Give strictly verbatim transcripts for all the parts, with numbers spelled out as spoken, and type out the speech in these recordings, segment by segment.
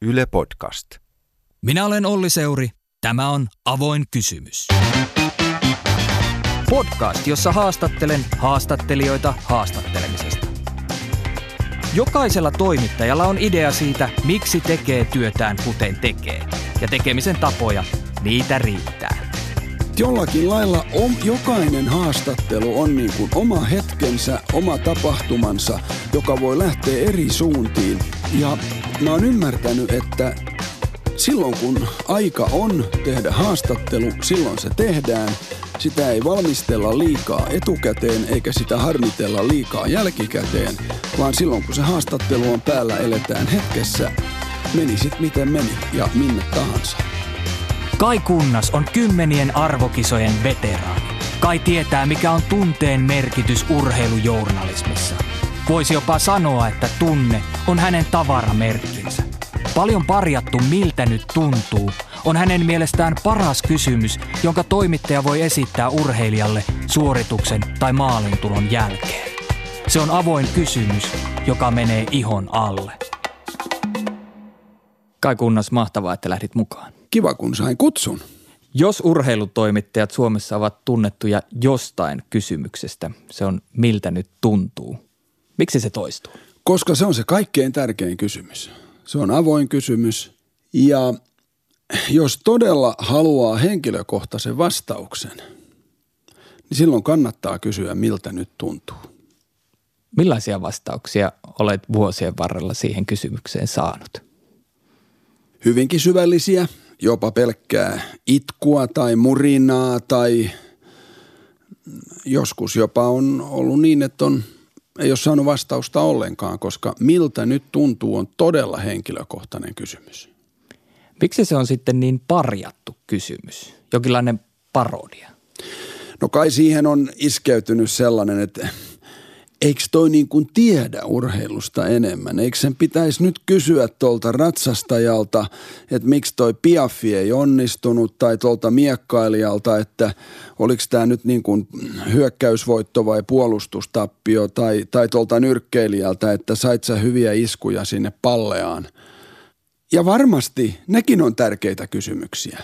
Yle Podcast. Minä olen Olli Seuri. Tämä on Avoin kysymys. Podcast, jossa haastattelen haastattelijoita haastattelemisesta. Jokaisella toimittajalla on idea siitä, miksi tekee työtään kuten tekee. Ja tekemisen tapoja, niitä riittää. Jollakin lailla on, jokainen haastattelu on niin kuin oma hetkensä, oma tapahtumansa, joka voi lähteä eri suuntiin. Ja mä oon ymmärtänyt, että silloin kun aika on tehdä haastattelu, silloin se tehdään. Sitä ei valmistella liikaa etukäteen eikä sitä harmitella liikaa jälkikäteen, vaan silloin kun se haastattelu on päällä, eletään hetkessä. Meni sit miten meni ja minne tahansa. Kai Kunnas on kymmenien arvokisojen veteraani. Kai tietää, mikä on tunteen merkitys urheilujournalismissa. Voisi jopa sanoa, että tunne on hänen tavaramerkkinsä. Paljon parjattu miltä nyt tuntuu on hänen mielestään paras kysymys, jonka toimittaja voi esittää urheilijalle suorituksen tai maalintulon jälkeen. Se on avoin kysymys, joka menee ihon alle. Kai Kunnas, mahtavaa, että lähdit mukaan. Kiva, kun sain kutsun. Jos urheilutoimittajat Suomessa ovat tunnettuja jostain kysymyksestä, se on miltä nyt tuntuu. Miksi se toistuu? Koska se on se kaikkein tärkein kysymys. Se on avoin kysymys ja jos todella haluaa henkilökohtaisen vastauksen, niin silloin kannattaa kysyä, miltä nyt tuntuu. Millaisia vastauksia olet vuosien varrella siihen kysymykseen saanut? Hyvinkin syvällisiä, jopa pelkkää itkua tai murinaa tai joskus jopa on ollut niin, että on, ei ole saanut vastausta ollenkaan, koska miltä nyt tuntuu on todella henkilökohtainen kysymys. Miksi se on sitten niin parjattu kysymys? Jokinlainen parodia? No kai siihen on iskeytynyt sellainen, että eikö toi niin kuin tiedä urheilusta enemmän? Eikö sen pitäisi nyt kysyä tuolta ratsastajalta, että miksi toi Piaffi ei onnistunut, tai tuolta miekkailijalta, että oliko tämä nyt niin kuin hyökkäysvoitto vai puolustustappio, tai, tai tuolta nyrkkeilijältä, että sait sä hyviä iskuja sinne palleaan. Ja varmasti nekin on tärkeitä kysymyksiä.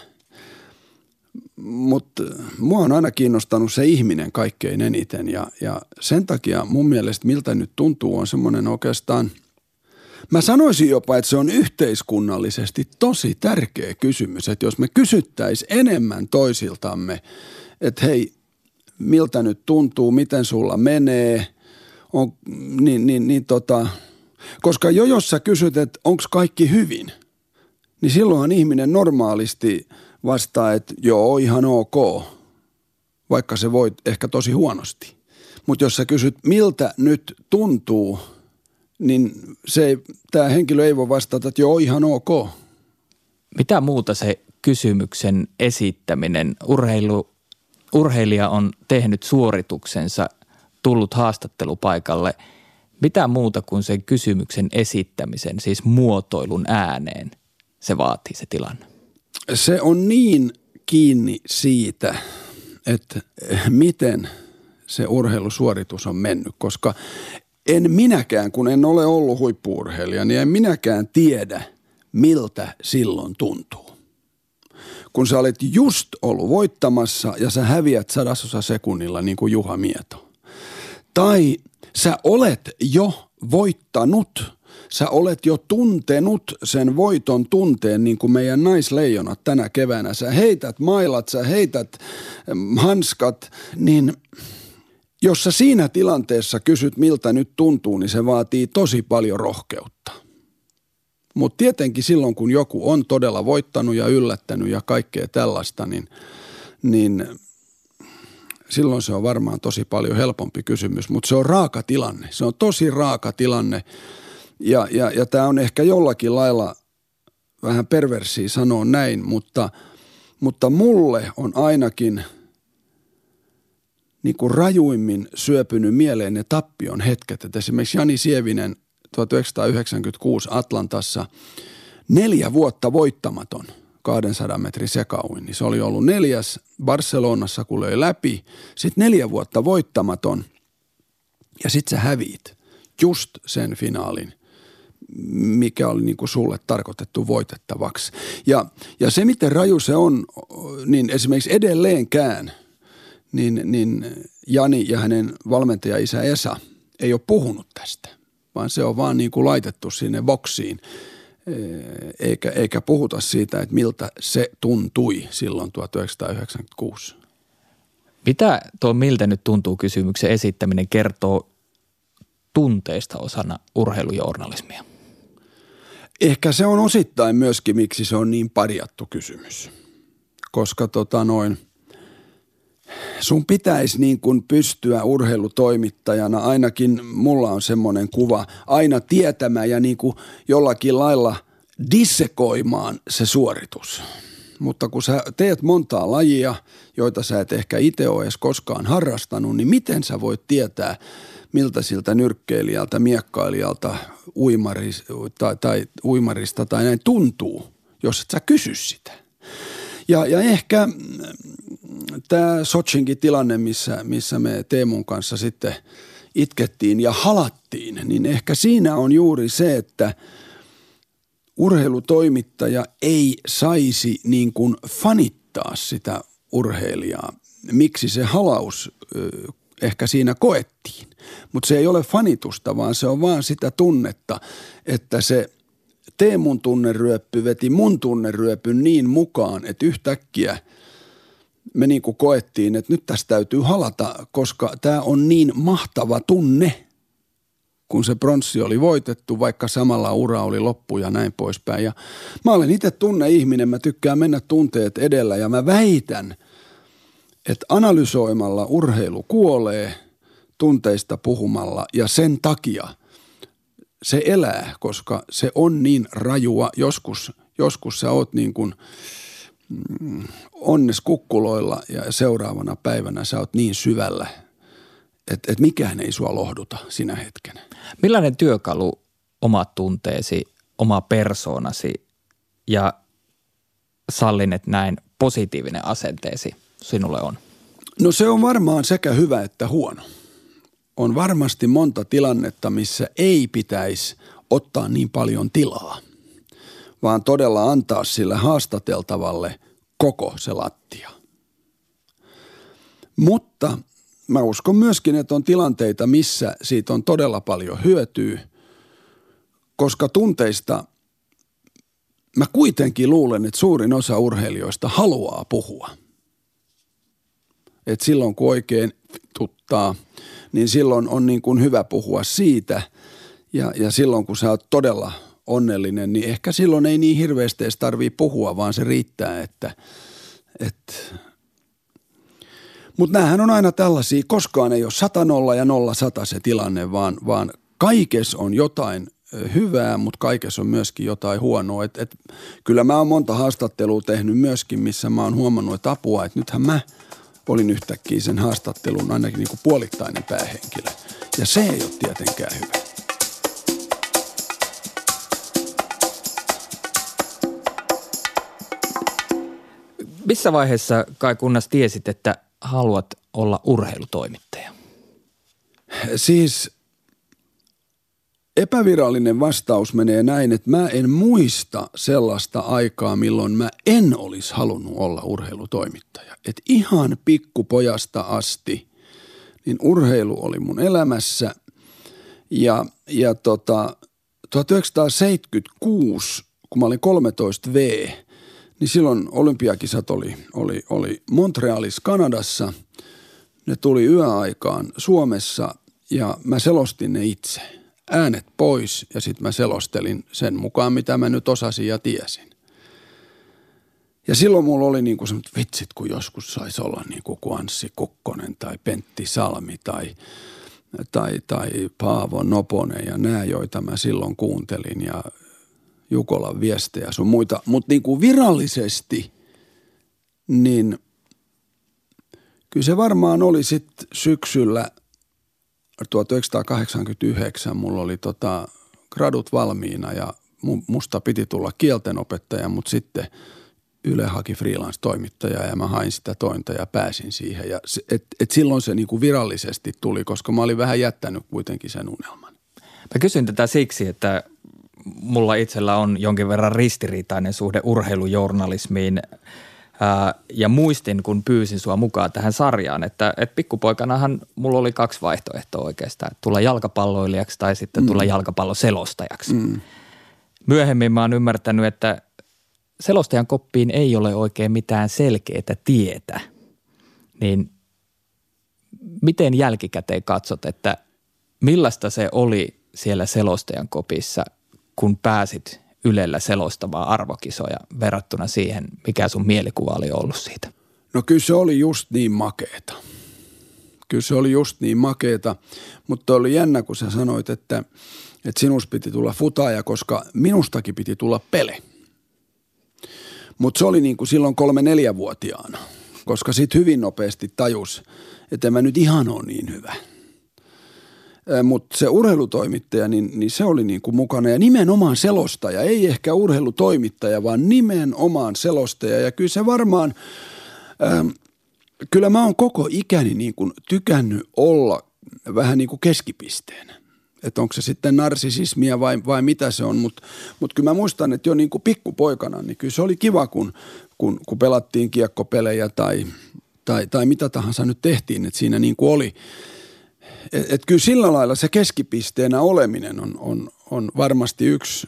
Mutta mua on aina kiinnostanut se ihminen kaikkein eniten ja, ja sen takia mun mielestä miltä nyt tuntuu on semmoinen oikeastaan, mä sanoisin jopa, että se on yhteiskunnallisesti tosi tärkeä kysymys, että jos me kysyttäisiin enemmän toisiltamme, että hei, miltä nyt tuntuu, miten sulla menee, on, niin, niin, niin tota, koska jo jos sä kysyt, että onko kaikki hyvin, niin silloinhan ihminen normaalisti vastaa, että joo, ihan ok, vaikka se voi ehkä tosi huonosti. Mutta jos sä kysyt, miltä nyt tuntuu, niin se, tämä henkilö ei voi vastata, että joo, ihan ok. Mitä muuta se kysymyksen esittäminen? Urheilu, urheilija on tehnyt suorituksensa, tullut haastattelupaikalle. Mitä muuta kuin sen kysymyksen esittämisen, siis muotoilun ääneen, se vaatii se tilanne? Se on niin kiinni siitä, että miten se urheilusuoritus on mennyt, koska en minäkään, kun en ole ollut huippu-urheilija, niin en minäkään tiedä, miltä silloin tuntuu. Kun sä olet just ollut voittamassa ja sä häviät sadasosa sekunnilla niin kuin Juha Mieto. Tai sä olet jo voittanut. Sä olet jo tuntenut sen voiton tunteen niin kuin meidän naisleijonat tänä keväänä. Sä heität mailat, sä heität hanskat, niin jos sä siinä tilanteessa kysyt miltä nyt tuntuu, niin se vaatii tosi paljon rohkeutta. Mutta tietenkin silloin, kun joku on todella voittanut ja yllättänyt ja kaikkea tällaista, niin, niin silloin se on varmaan tosi paljon helpompi kysymys. Mutta se on raaka tilanne, se on tosi raaka tilanne. Ja, ja, ja tämä on ehkä jollakin lailla vähän perversiä sanoa näin, mutta, mutta mulle on ainakin niin kuin rajuimmin syöpynyt mieleen ne tappion hetket. Et esimerkiksi Jani Sievinen tuhatyhdeksänsataayhdeksänkymmentäkuusi Atlantassa neljä vuotta voittamaton kahdensadan metrin sekauin. Niin se oli ollut neljäs Barcelonassa, kun löi läpi. Sitten neljä vuotta voittamaton ja sitten sä häviit just sen finaalin, mikä oli niin kuin sulle tarkoitettu voitettavaksi. Ja, ja se, miten raju se on, niin esimerkiksi edelleenkään, niin, niin Jani ja hänen valmentaja-isä Esa ei ole puhunut tästä, vaan se on vaan niin kuin laitettu sinne boksiin, eikä, eikä puhuta siitä, että miltä se tuntui silloin tuhatyhdeksänsataayhdeksänkymmentäkuusi. Mitä tuo miltä nyt tuntuu kysymyksen esittäminen kertoo tunteista osana urheilujournalismia? Ehkä se on osittain myöskin, miksi se on niin parjattu kysymys. Koska tota noin, sun pitäisi niin kuin pystyä urheilutoimittajana, ainakin mulla on semmoinen kuva, aina tietämään ja niin kuin jollakin lailla dissekoimaan se suoritus. Mutta kun sä teet montaa lajia, joita sä et ehkä itse ole edes koskaan harrastanut, niin miten sä voit tietää, miltä siltä nyrkkeilijältä, miekkailijalta, uimaris, tai, tai uimarista tai näin tuntuu, jos et sä kysy sitä. Ja, ja ehkä tämä Sochinkin tilanne, missä, missä me Teemun kanssa sitten itkettiin ja halattiin, niin ehkä siinä on juuri se, että urheilutoimittaja ei saisi niin kuin fanittaa sitä urheilijaa. Miksi se halaus ehkä siinä koettiin. Mutta se ei ole fanitusta, vaan se on vaan sitä tunnetta, että se Teemun tunneryöppy veti mun tunneryöpyn niin mukaan, että yhtäkkiä me niin kuin koettiin, että nyt tästä täytyy halata, koska tämä on niin mahtava tunne, kun se pronssi oli voitettu, vaikka samalla ura oli loppu ja näin poispäin. Ja mä olen itse tunneihminen, mä tykkään mennä tunteet edellä ja mä väitän, että analysoimalla urheilu kuolee, tunteista puhumalla ja sen takia se elää, koska se on niin rajua. Joskus, joskus sä oot niin kuin mm, onnes kukkuloilla ja seuraavana päivänä sä oot niin syvällä, että et mikään ei sua lohduta sinä hetkenä. Millainen työkalu omat tunteesi, oma persoonasi ja sallin, että näin positiivinen asenteesi sinulle on? No se on varmaan sekä hyvä että huono. On varmasti monta tilannetta, missä ei pitäisi ottaa niin paljon tilaa, vaan todella antaa sille haastateltavalle koko se lattia. Mutta mä uskon myöskin, että on tilanteita, missä siitä on todella paljon hyötyä, koska tunteista mä kuitenkin luulen, että suurin osa urheilijoista haluaa puhua. Et silloin kun oikein tuttaa, niin silloin on niin kuin hyvä puhua siitä ja, ja silloin kun sä oot todella onnellinen, niin ehkä silloin ei niin hirveästi edes tarvii puhua, vaan se riittää, että, että mutta näähän on aina tällaisia, koskaan ei ole sata nolla ja nolla sata se tilanne, vaan, vaan kaikessa on jotain hyvää, mutta kaikessa on myöskin jotain huonoa. Et, et, kyllä mä oon monta haastattelua tehnyt myöskin, missä mä oon huomannut, että apua, että nythän mä olin yhtäkkiä sen haastattelun ainakin niin kuin puolittainen päähenkilö. Ja se ei ole tietenkään hyvä. Missä vaiheessa, Kai Kunnas, tiesit, että haluat olla urheilutoimittaja? Siis epävirallinen vastaus menee näin, että mä en muista sellaista aikaa, milloin mä en olisi halunnut olla urheilutoimittaja. Et ihan pikkupojasta asti, niin urheilu oli mun elämässä ja, ja tota, tuhatyhdeksänsataaseitsemänkymmentäkuusi, kun mä olin kolmetoista vuotias, niin silloin olympiakisat oli, oli, oli Montrealissa, Kanadassa. Ne tuli yöaikaan Suomessa ja mä selostin ne itse. Äänet pois ja sitten mä selostelin sen mukaan, mitä mä nyt osasin ja tiesin. Ja silloin mulla oli niinku semmoiset vitsit, kun joskus saisi olla niinku kuin Anssi Kukkonen tai Pentti Salmi tai, tai, tai Paavo Noponen ja nämä, joita mä silloin kuuntelin ja Jukolan viestejä sun muita. Mutta niinku virallisesti, niin kyllä se varmaan oli sitten syksyllä tuhatyhdeksänsataakahdeksankymmentäyhdeksän mulla oli tota gradut valmiina ja musta piti tulla kieltenopettaja, mutta sitten Yle haki freelance-toimittajaa ja mä hain sitä tointa ja pääsin siihen. Ja et, et silloin se niinku virallisesti tuli, koska mä olin vähän jättänyt kuitenkin sen unelman. Mä kysyn tätä siksi, että mulla itsellä on jonkin verran ristiriitainen suhde urheilujournalismiin ää, ja muistin, kun pyysin sua mukaan tähän sarjaan, että et pikkupoikanahan mulla oli kaksi vaihtoehtoa oikeastaan, tulla jalkapalloilijaksi tai sitten tulla mm. jalkapalloselostajaksi. Mm. Myöhemmin mä oon ymmärtänyt, että selostajan koppiin ei ole oikein mitään selkeää tietä, niin miten jälkikäteen katsot, että millaista se oli siellä selostajan kopissa, kun pääsit Ylellä selostamaan arvokisoja verrattuna siihen, mikä sun mielikuva oli ollut siitä? No kyllä se oli just niin makeeta. Kyllä se oli just niin makeeta, mutta oli jännä, kun sä sanoit, että, että sinus piti tulla futaaja, koska minustakin piti tulla Pele. Mutta se oli niin kuin silloin kolme-neljävuotiaana, koska sit hyvin nopeasti tajus, että en mä nyt ihan ole niin hyvä. Mutta se urheilutoimittaja, niin, niin se oli niin kuin mukana ja nimenomaan selostaja, ei ehkä urheilutoimittaja, vaan nimenomaan selostaja. Ja kyllä se varmaan, ähm, kyllä mä oon koko ikäni niin kuin tykännyt olla vähän niin kuin keskipisteenä. Että onko se sitten narsisismia vai, vai mitä se on, mutta mut kyllä mä muistan, että jo niin kuin pikkupoikana, niin kyllä se oli kiva, kun, kun, kun pelattiin kiekkopelejä tai, tai, tai mitä tahansa nyt tehtiin, että siinä niin kuin oli. Että et kyllä sillä lailla se keskipisteenä oleminen on, on, on varmasti yksi,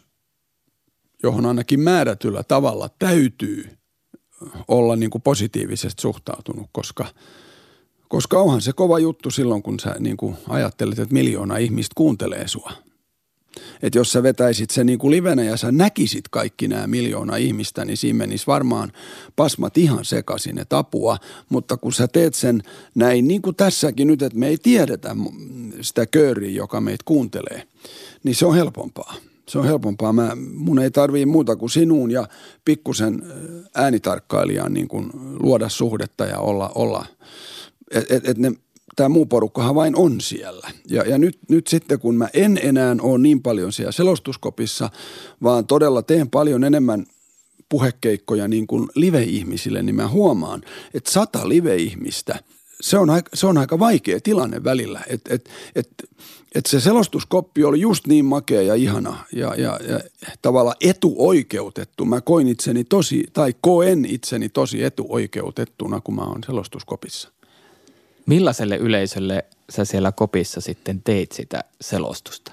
johon ainakin määrätyllä tavalla täytyy olla niin kuin positiivisesti suhtautunut, koska Koska onhan se kova juttu silloin, kun sä niin kuin ajattelet, että miljoona ihmistä kuuntelee sua. Että jos sä vetäisit sen niin kuin livenä ja sä näkisit kaikki nämä miljoona ihmistä, niin siinä menisi varmaan pasmat ihan sekaisin, että apua. Mutta kun sä teet sen näin, niin kuin tässäkin nyt, että me ei tiedetä sitä kööriä, joka meitä kuuntelee, niin se on helpompaa. Se on helpompaa. Mä, mun ei tarvii muuta kuin sinuun ja pikkusen äänitarkkailijaan niin kuin luoda suhdetta ja olla, olla että et, et tämä muu porukkahan vain on siellä. Ja, ja nyt, nyt sitten, kun mä en enää ole niin paljon siellä selostuskopissa, vaan todella teen paljon enemmän puhekeikkoja niin kuin live-ihmisille, niin mä huomaan, että sata live-ihmistä, se on aika, se on aika vaikea tilanne välillä. Että et, et, et se selostuskoppi oli just niin makea ja ihana ja, ja, ja tavallaan etuoikeutettu. Mä koin itseni tosi, tai koen itseni tosi etuoikeutettuna, kun mä oon selostuskopissa. Millaiselle yleisölle sä siellä kopissa sitten teit sitä selostusta?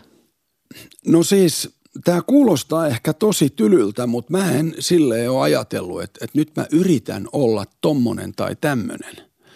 No siis tämä kuulostaa ehkä tosi tylyltä, mutta mä en silleen ole ajatellut, että, että nyt mä yritän olla tommonen tai tämmönen.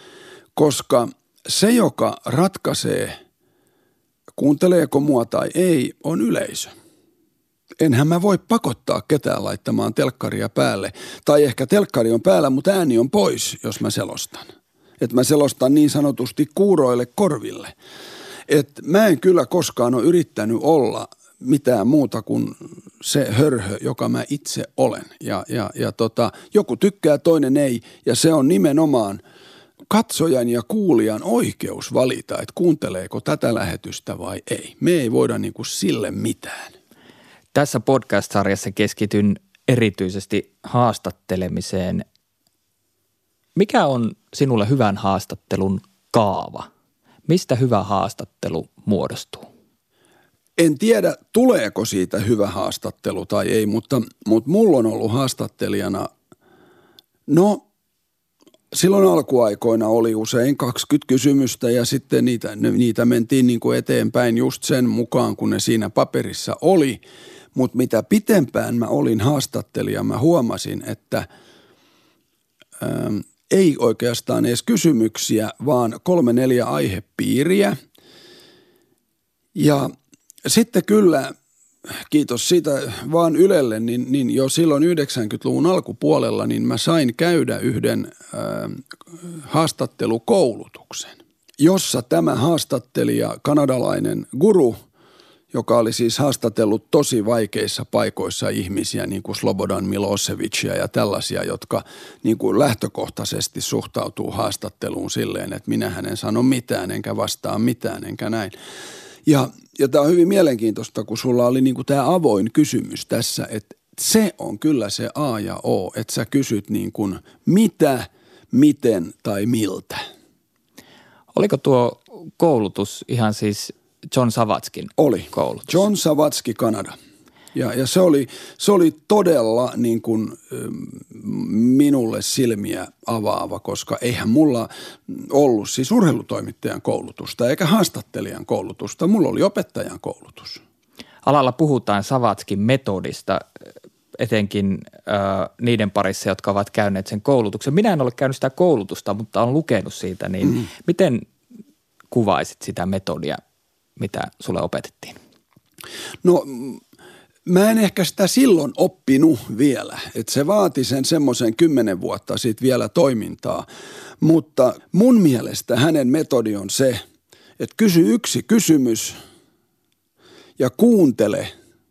Koska se, joka ratkaisee, kuunteleeko mua tai ei, on yleisö. Enhän mä voi pakottaa ketään laittamaan telkkaria päälle. Tai ehkä telkkari on päällä, mutta ääni on pois, jos mä selostan. Että mä selostan niin sanotusti kuuroille korville. Että mä en kyllä koskaan ole yrittänyt olla mitään muuta kuin se hörhö, joka mä itse olen. Ja, ja, ja tota, joku tykkää, toinen ei. Ja se on nimenomaan katsojan ja kuulijan oikeus valita, että kuunteleeko tätä lähetystä vai ei. Me ei voida niin kuin sille mitään. Tässä podcast-sarjassa keskityn erityisesti haastattelemiseen. Mikä on sinulle hyvän haastattelun kaava? Mistä hyvä haastattelu muodostuu? En tiedä, tuleeko siitä hyvä haastattelu tai ei, mutta, mutta mulla on ollut haastattelijana, no silloin alkuaikoina oli usein kaksikymmentä kysymystä ja sitten niitä, niitä mentiin niin kuin eteenpäin just sen mukaan, kun ne siinä paperissa oli. Mutta mitä pitempään mä olin haastattelija, mä huomasin, että ähm, ei oikeastaan edes kysymyksiä, vaan kolme neljä aihepiiriä. Ja sitten kyllä, kiitos siitä vaan Ylelle, niin, niin jo silloin yhdeksänkymmentäluvun alkupuolella niin mä sain käydä yhden äh, haastattelukoulutuksen, jossa tämä haastattelija, kanadalainen guru, joka oli siis haastatellut tosi vaikeissa paikoissa ihmisiä, niin kuin Slobodan Milosevicia ja tällaisia, jotka niin kuin lähtökohtaisesti suhtautuu haastatteluun silleen, että minähän en sano mitään, enkä vastaa mitään, enkä näin. Ja, ja tämä on hyvin mielenkiintoista, kun sulla oli niin kuin tämä avoin kysymys tässä, että se on kyllä se A ja O, että sä kysyt niin kuin mitä, miten tai miltä. Oliko tuo koulutus ihan siis John Savatskin Oli. koulutus? John Savatski, Kanada. Ja, ja se, oli, se oli todella niin kuin, minulle silmiä avaava, koska eihän mulla ollut siis urheilutoimittajan koulutusta eikä haastattelijan koulutusta. Mulla oli opettajan koulutus. Alalla puhutaan Savatskin metodista, etenkin äh, niiden parissa, jotka ovat käyneet sen koulutuksen. Minä en ole käynyt sitä koulutusta, mutta olen lukenut siitä. Niin mm. miten kuvaisit sitä metodia, mitä sulle opetettiin? No mä en ehkä sitä silloin oppinut vielä, että se vaati sen semmoisen kymmenen vuotta sitten vielä toimintaa, mutta mun mielestä hänen metodi on se, että kysy yksi kysymys ja kuuntele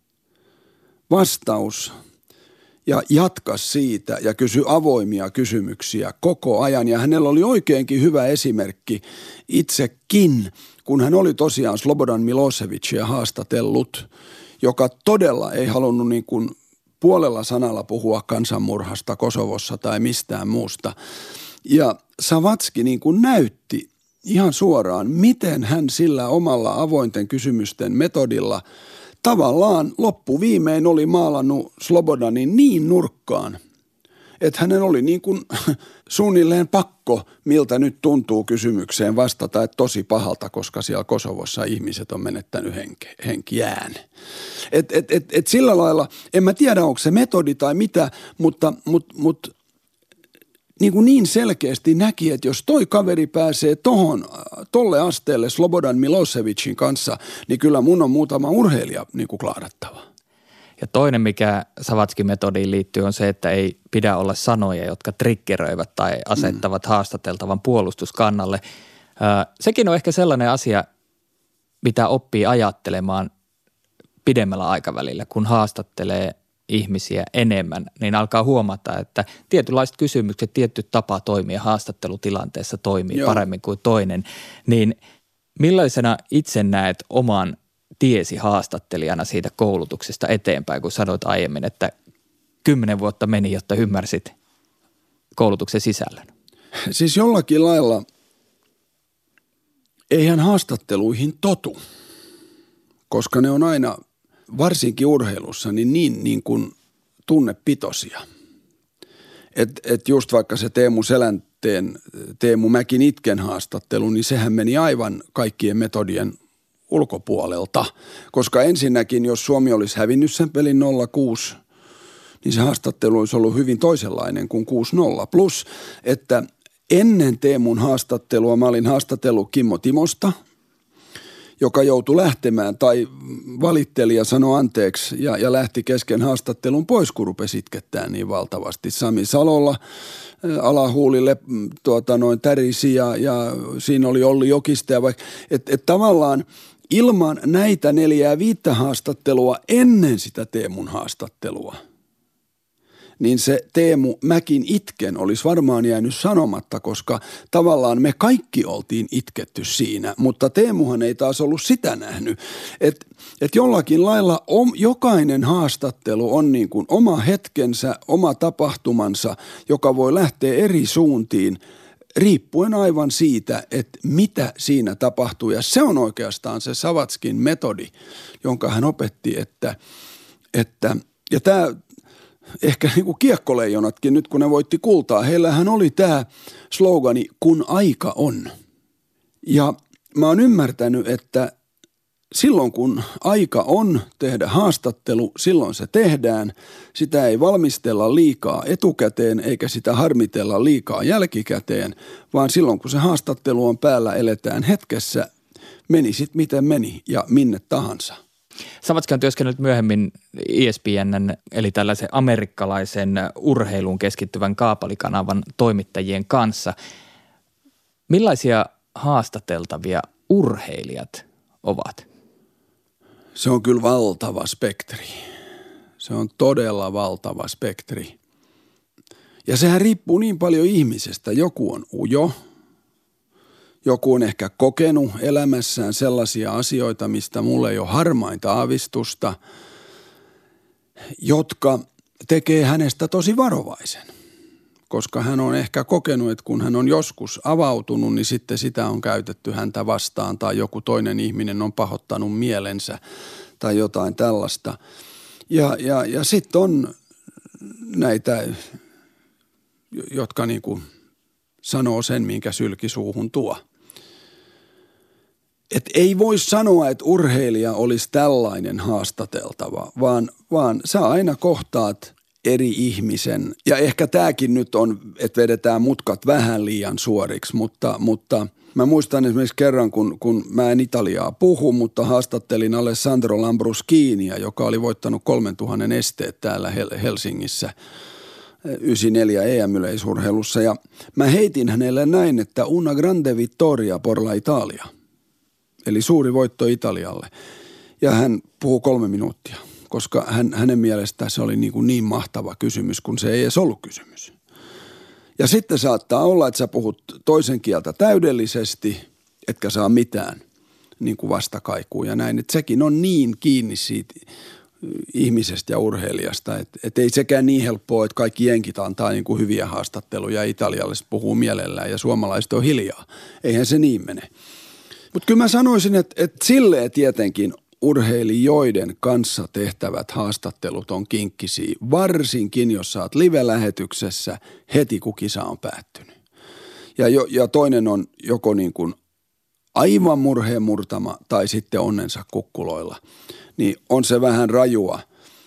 vastaus ja jatka siitä ja kysy avoimia kysymyksiä koko ajan. Ja hänellä oli oikeinkin hyvä esimerkki itsekin, kun hän oli tosiaan Slobodan Miloševićia haastatellut, joka todella ei halunnut niin kuin puolella sanalla puhua kansanmurhasta Kosovossa tai mistään muusta. Ja Savatski niin kuin näytti ihan suoraan, miten hän sillä omalla avointen kysymysten metodilla tavallaan loppuviimein oli maalannut Slobodanin niin nurkkaan, että hänen oli niin kuin suunnilleen pakko, miltä nyt tuntuu kysymykseen vastata, että tosi pahalta, koska siellä Kosovossa ihmiset on menettänyt henke, henkiään. Et, et, et, et sillä lailla, en mä tiedä onko se metodi tai mitä, mutta mut, mut, niin, kuin niin selkeästi näki, että jos toi kaveri pääsee tohon, tolle asteelle Slobodan Miloševićin kanssa, niin kyllä mun on muutama urheilija niin kuin klaarattava. Ja toinen, mikä Savatskin metodiin liittyy, on se, että ei pidä olla sanoja, jotka triggeröivät tai asettavat mm. haastateltavan puolustuskannalle. Sekin on ehkä sellainen asia, mitä oppii ajattelemaan pidemmällä aikavälillä, kun haastattelee ihmisiä enemmän, niin alkaa huomata, että tietynlaiset kysymykset, tietty tapa toimia haastattelutilanteessa toimii Joo. paremmin kuin toinen. Niin millaisena itse näet oman tiesi haastattelijana siitä koulutuksesta eteenpäin, kun sanoit aiemmin, että kymmenen vuotta meni, jotta ymmärsit koulutuksen sisällön? Siis jollakin lailla eihän haastatteluihin totu, koska ne on aina varsinkin urheilussa niin, niin, niin kuin tunnepitoisia. Että et just vaikka se Teemu Selänteen, Teemu Mäkin Itken haastattelu, niin sehän meni aivan kaikkien metodien ulkopuolelta. Koska ensinnäkin, jos Suomi olisi hävinnyt sen pelin nolla kuusi, niin se haastattelu olisi ollut hyvin toisenlainen kuin kuusi nolla. Plus, että ennen Teemun haastattelua mä olin haastatellut Kimmo Timosta, joka joutui lähtemään tai valitteli ja sanoi anteeksi ja, ja lähti kesken haastattelun pois, kun rupesi itkettää niin valtavasti. Sami Salolla alahuulille tuota, noin tärisi ja, ja siinä oli Olli Jokista. Että et tavallaan ilman näitä neljää viittä haastattelua ennen sitä Teemun haastattelua, niin se Teemu Mäkin Itken olisi varmaan jäänyt sanomatta, koska tavallaan me kaikki oltiin itketty siinä, mutta Teemuhan ei taas ollut sitä nähnyt. Että et jollakin lailla om, jokainen haastattelu on niin kuin oma hetkensä, oma tapahtumansa, joka voi lähteä eri suuntiin, riippuen aivan siitä, että mitä siinä tapahtuu. Ja se on oikeastaan se Savatskin metodi, jonka hän opetti, että, että ja tämä ehkä niin kuin kiekkoleijonatkin nyt, kun ne voitti kultaa, heillähän oli tämä slogani, kun aika on. Ja mä oon ymmärtänyt, että silloin kun aika on tehdä haastattelu, silloin se tehdään. Sitä ei valmistella liikaa etukäteen eikä sitä harmitella liikaa jälkikäteen, vaan silloin kun se haastattelu on päällä, eletään hetkessä, meni sit miten meni ja minne tahansa. Savatski on työskennellyt myöhemmin E S P N:n, eli tällaisen amerikkalaisen urheiluun keskittyvän kaapalikanavan toimittajien kanssa. Millaisia haastateltavia urheilijat ovat? Se on kyllä valtava spektri. Se on todella valtava spektri. Ja sehän riippuu niin paljon ihmisestä. Joku on ujo. Joku on ehkä kokenut elämässään sellaisia asioita, mistä mulla ei ole harmainta aavistusta, jotka tekee hänestä tosi varovaisen. Koska hän on ehkä kokenut, että kun hän on joskus avautunut, niin sitten sitä on käytetty häntä vastaan tai joku toinen ihminen on pahoittanut mielensä tai jotain tällaista. Ja, ja, ja sitten on näitä, jotka niin kuin sanoo sen, minkä sylki suuhun tuo. Et ei voi sanoa, että urheilija olisi tällainen haastateltava, vaan, vaan sä aina kohtaat eri ihmisen. Ja ehkä tämäkin nyt on, että vedetään mutkat vähän liian suoriksi, mutta, mutta mä muistan esimerkiksi kerran, kun, kun mä en italiaa puhu, mutta haastattelin Alessandro Lambruschinia, joka oli voittanut kolmetuhatta esteet täällä Helsingissä yhdeksänkymmentäneljä E M-yleisurheilussa. Ja mä heitin hänelle näin, että una grande vittoria por la Italia. Eli suuri voitto Italialle. Ja hän puhuu kolme minuuttia, koska hän, hänen mielestään se oli niin, kuin niin mahtava kysymys, kun se ei edes ollut kysymys. Ja sitten saattaa olla, että sä puhut toisen kieltä täydellisesti, etkä saa mitään niin kuin vastakaikua ja näin. Että sekin on niin kiinni siitä ihmisestä ja urheilijasta, että, että ei sekään niin helppoa, että kaikki jenkit antaa niin kuin hyviä haastatteluja ja italialaiset puhuu mielellään ja suomalaiset on hiljaa. Eihän se niin mene. Mutta kyllä mä sanoisin, että, että silleen tietenkin urheilijoiden kanssa tehtävät haastattelut on kinkkisiä, varsinkin jos sä oot live-lähetyksessä heti kun kisa on päättynyt. Ja, jo, ja toinen on joko niin kuin aivan murheen murtama tai sitten onnensa kukkuloilla. Niin on se vähän rajua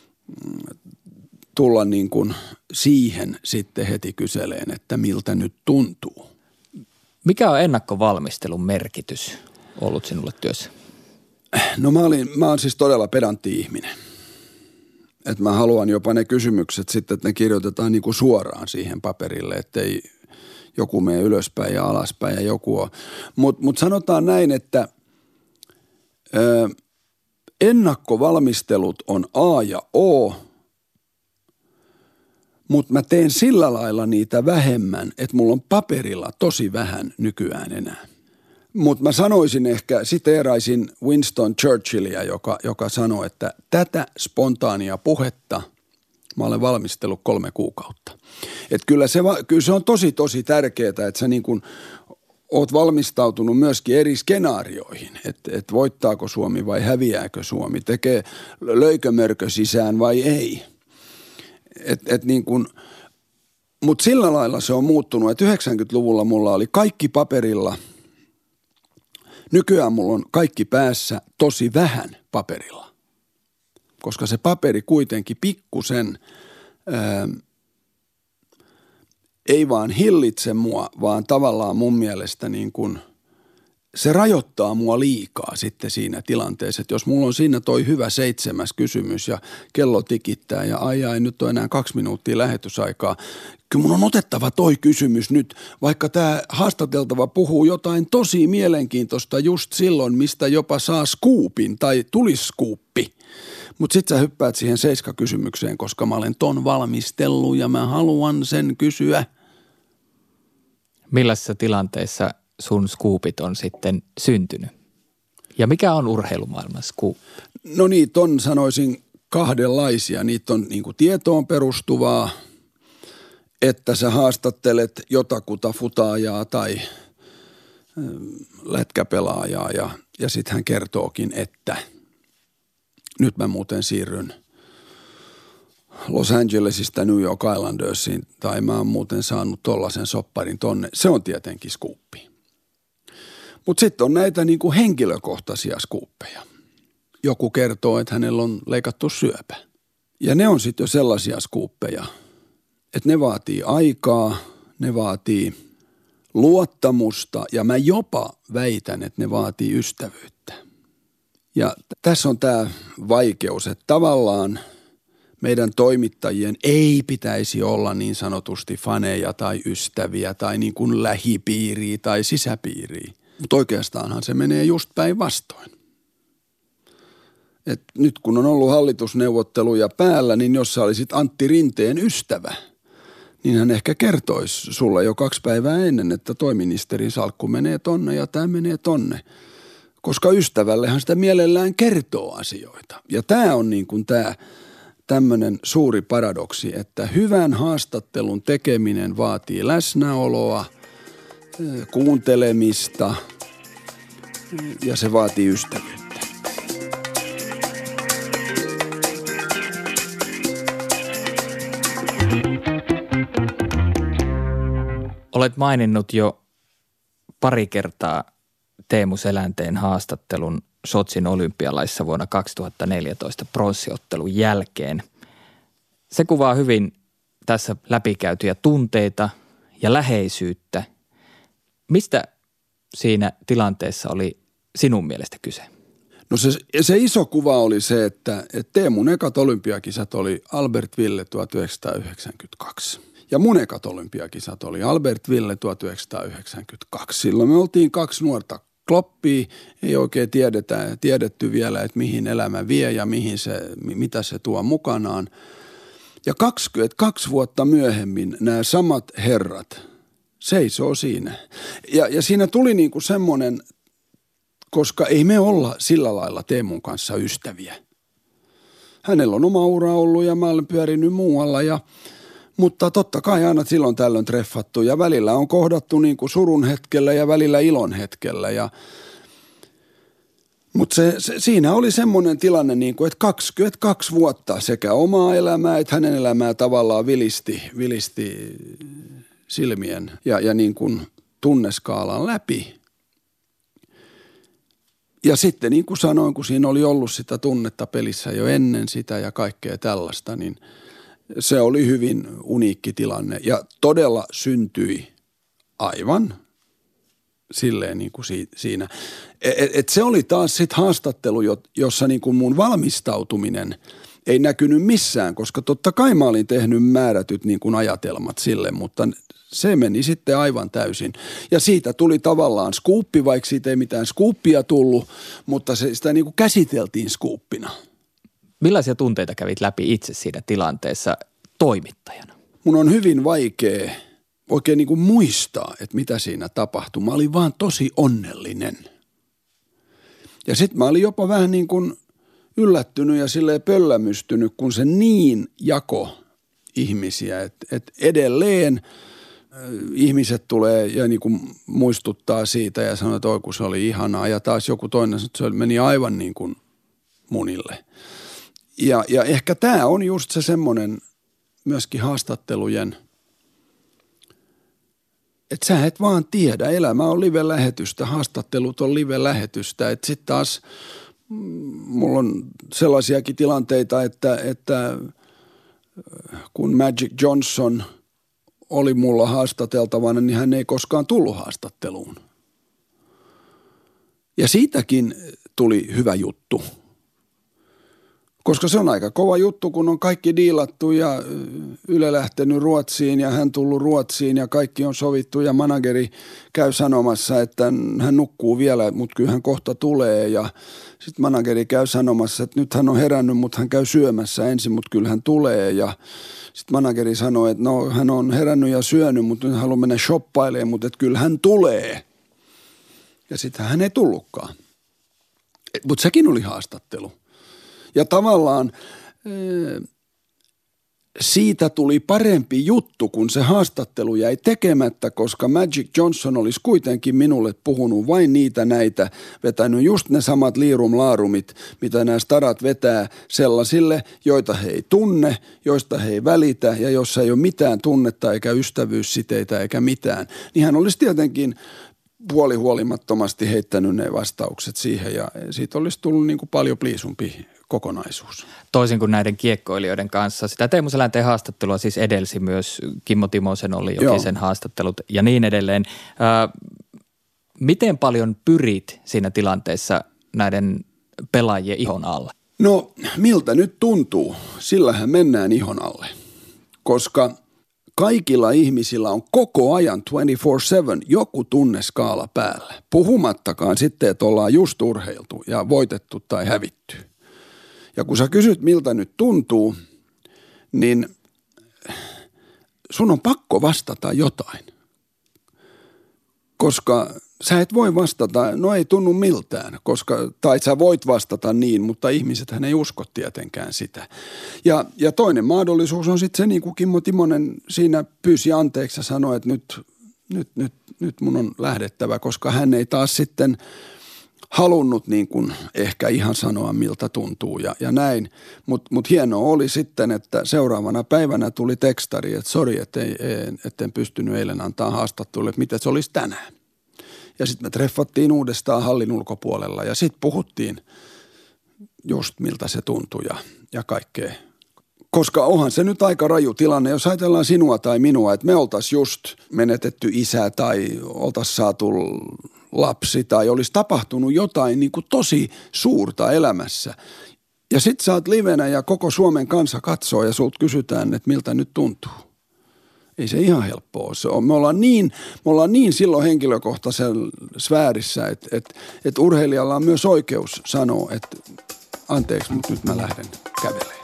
tulla niin kuin siihen sitten heti kyseleen, että miltä nyt tuntuu. Mikä on ennakkovalmistelun merkitys ollut sinulle työssä? No mä, olin, mä oon siis todella pedantti ihminen. Että mä haluan jopa ne kysymykset sitten, että ne kirjoitetaan niin kuin suoraan siihen paperille, ettei joku mene ylöspäin ja alaspäin ja joku on. Mutta mut sanotaan näin, että ö, ennakkovalmistelut on A ja O, mutta mä teen sillä lailla niitä vähemmän, että mulla on paperilla tosi vähän nykyään enää. Mutta mä sanoisin ehkä, siteeraisin Winston Churchillia, joka, joka sanoi, että tätä spontaania puhetta mä olen valmistellut kolme kuukautta. Et kyllä, se, kyllä se on tosi, tosi tärkeää, että sä niin kun oot valmistautunut myöskin eri skenaarioihin, että et voittaako Suomi vai häviääkö Suomi, tekee löikö mörkö sisään vai ei. Et, et niin kun, mut sillä lailla se on muuttunut, että yhdeksänkymmentäluvulla mulla oli kaikki paperilla. Nykyään mulla on kaikki päässä, tosi vähän paperilla, koska se paperi kuitenkin pikkusen ää, ei vaan hillitse mua, vaan tavallaan mun mielestä niin kuin se rajoittaa mua liikaa sitten siinä tilanteessa, että jos mulla on siinä toi hyvä seitsemäs kysymys ja kello tikittää ja ai ai nyt on enää kaksi minuuttia lähetysaikaa. Kyllä mun on otettava toi kysymys nyt, vaikka tämä haastateltava puhuu jotain tosi mielenkiintoista just silloin, mistä jopa saa skuupin tai tulisi skuuppi. Mutta sit sä hyppäät siihen seiska-kysymykseen, koska mä olen ton valmistellut ja mä haluan sen kysyä. Millaisissa tilanteissa sun skuupit on sitten syntynyt? Ja mikä on urheilumaailman skuuppi? No niitä on, sanoisin, kahdenlaisia. Niitä on niin kuin tietoon perustuvaa, että sä haastattelet jotakuta futaajaa tai lätkäpelaajaa ja, ja sit hän kertookin, että nyt mä muuten siirryn Los Angelesista New York Islandersiin tai mä oon muuten saanut tollasen sopparin tonne. Se on tietenkin skuuppi. Mutta sitten on näitä niinku henkilökohtaisia skuuppeja. Joku kertoo, että hänellä on leikattu syöpä. Ja ne on sitten jo sellaisia skuuppeja, että ne vaatii aikaa, ne vaatii luottamusta ja mä jopa väitän, että ne vaatii ystävyyttä. Ja tässä on tämä vaikeus, että tavallaan meidän toimittajien ei pitäisi olla niin sanotusti faneja tai ystäviä tai niin kuin lähipiiriä tai sisäpiiriä. Mutta oikeastaanhan se menee just päinvastoin. Et nyt kun on ollut hallitusneuvotteluja päällä, niin jos sä olisit Antti Rinteen ystävä, niin hän ehkä kertoisi sulle jo kaksi päivää ennen, että toi ministerin salkku menee tonne ja tämä menee tonne. Koska ystävällehän sitä mielellään kertoo asioita. Ja tämä on niin kuin tämä tämmöinen suuri paradoksi, että hyvän haastattelun tekeminen vaatii läsnäoloa, kuuntelemista ja se vaatii ystävyyttä. Olet maininnut jo pari kertaa Teemu Selänteen haastattelun Sotsin olympialaissa vuonna kaksituhattaneljätoista pronssiottelun jälkeen. Se kuvaa hyvin tässä läpikäytyjä tunteita ja läheisyyttä. Mistä siinä tilanteessa oli sinun mielestä kyse? No se, se iso kuva oli se, että, että Teemun ekat olympiakisat oli Albertville tuhatyhdeksänsataayhdeksänkymmentäkaksi. Ja mun ekat olympiakisat oli Albertville tuhatyhdeksänsataayhdeksänkymmentäkaksi. Silloin me oltiin kaksi nuorta kloppia, ei oikein tiedetä, tiedetty vielä, että mihin elämä vie ja mihin se, mitä se tuo mukanaan. Ja kaksikymmentäkaksi vuotta myöhemmin nämä samat herrat seisoo siinä. Ja, ja siinä tuli niinku semmoinen, koska ei me olla sillä lailla Teemun kanssa ystäviä. Hänellä on oma ura ollut ja mä olen pyörinyt muualla ja mutta totta kai aina silloin tällöin treffattu ja välillä on kohdattu niin kuin surun hetkellä ja välillä ilon hetkellä. Ja, mutta se, se, siinä oli semmoinen tilanne, niin kuin, että kaksikymmentäkaksi vuotta sekä omaa elämää että hänen elämää tavallaan vilisti, vilisti silmien ja, ja niin kuin tunneskaalan läpi. Ja sitten niin kuin sanoin, kun siinä oli ollut sitä tunnetta pelissä jo ennen sitä ja kaikkea tällaista, niin se oli hyvin uniikki tilanne ja todella syntyi aivan silleen niin kuin siinä. Et, et se oli taas sitten haastattelu, jossa niin kuin mun valmistautuminen ei näkynyt missään, koska totta kai mä olin tehnyt määrätyt niin kuin ajatelmat sille, mutta se meni sitten aivan täysin. Ja siitä tuli tavallaan skuuppi, vaikka siitä ei mitään skuuppia tullut, mutta se, sitä niin kuin käsiteltiin skuuppina. Millaisia tunteita kävit läpi itse siinä tilanteessa toimittajana? Mun on hyvin vaikea oikein niin kuin muistaa, että mitä siinä tapahtui. Mä olin vaan tosi onnellinen. Ja sitten mä olin jopa vähän niin kuin yllättynyt ja silleen pöllämystynyt, kun se niin jako ihmisiä, että, että edelleen ihmiset tulee ja niin kuin muistuttaa siitä ja sanoo, että oi kun se oli ihanaa. Ja taas joku toinen, että se meni aivan niin kuin munille. Ja, ja ehkä tämä on just se semmoinen myöskin haastattelujen, että sä et vaan tiedä. Elämä on live-lähetystä, haastattelut on live-lähetystä. Että sitten taas mulla on sellaisiakin tilanteita, että, että kun Magic Johnson oli mulla haastateltavana, niin hän ei koskaan tullut haastatteluun. Ja siitäkin tuli hyvä juttu. Koska se on aika kova juttu, kun on kaikki diilattu ja Yle lähtenyt Ruotsiin ja hän tullut Ruotsiin ja kaikki on sovittu ja manageri käy sanomassa, että hän nukkuu vielä, mutta kyllä hän kohta tulee ja sitten manageri käy sanomassa, että nyt hän on herännyt, mutta hän käy syömässä ensin, mutta kyllä hän tulee ja sitten manageri sanoo, että no hän on herännyt ja syönyt, mutta nyt haluaa mennä shoppailemaan, mutta että kyllä hän tulee. Ja sitten hän ei tullutkaan. Mutta sekin oli haastattelu. Ja tavallaan siitä tuli parempi juttu, kun se haastattelu jäi tekemättä, koska Magic Johnson olisi kuitenkin minulle puhunut vain niitä näitä, vetänyt just ne samat liirum-laarumit, mitä nämä starat vetää sellaisille, joita he ei tunne, joista he ei välitä ja jossa ei ole mitään tunnetta eikä ystävyyssiteitä eikä mitään. Niin hän olisi tietenkin puolihuolimattomasti heittänyt ne vastaukset siihen ja siitä olisi tullut niin kuin paljon pliisumpi kokonaisuus. Toisin kuin näiden kiekkoilijoiden kanssa. Sitä Teemu Selänteen haastattelua siis edelsi myös Kimmo Timosen, Olli Jokisen haastattelut ja niin edelleen. Ää, miten paljon pyrit siinä tilanteessa näiden pelaajien ihon alle? No miltä nyt tuntuu? Sillähän mennään ihon alle, koska kaikilla ihmisillä on koko ajan kaksikymmentäneljä seitsemän joku tunneskaala päällä. Puhumattakaan sitten, että ollaan just urheiltu ja voitettu tai hävitty. Ja kun sä kysyt, miltä nyt tuntuu, niin sun on pakko vastata jotain. Koska sä et voi vastata, no ei tunnu miltään, koska, tai sä voit vastata niin, mutta ihmisethän ei usko tietenkään sitä. Ja, ja toinen mahdollisuus on sitten se, niin kuin Kimmo Timonen siinä pyysi anteeksi ja sanoi, että nyt, nyt, nyt, nyt mun on lähdettävä, koska hän ei taas sitten halunnut niin kuin ehkä ihan sanoa, miltä tuntuu ja, ja näin. Mutta mut hienoa oli sitten, että seuraavana päivänä tuli tekstari, että sori, että en pystynyt eilen antaa haastattelulle, että mitä se olisi tänään. Ja sitten me treffattiin uudestaan hallin ulkopuolella ja sitten puhuttiin just miltä se tuntui ja, ja kaikkea. Koska onhan se nyt aika raju tilanne, jos ajatellaan sinua tai minua, että me oltaisiin just menetetty isä tai oltaisiin saatu lapsi tai olisi tapahtunut jotain niin kuin tosi suurta elämässä. Ja sit sä oot livenä ja koko Suomen kansa katsoo ja sulta kysytään, että miltä nyt tuntuu. Ei se ihan helppoa se on. Me ollaan niin, me ollaan niin silloin henkilökohtaisen sfäärissä, että, että, että urheilijalla on myös oikeus sanoa, että anteeksi, mutta nyt mä lähden kävelemään.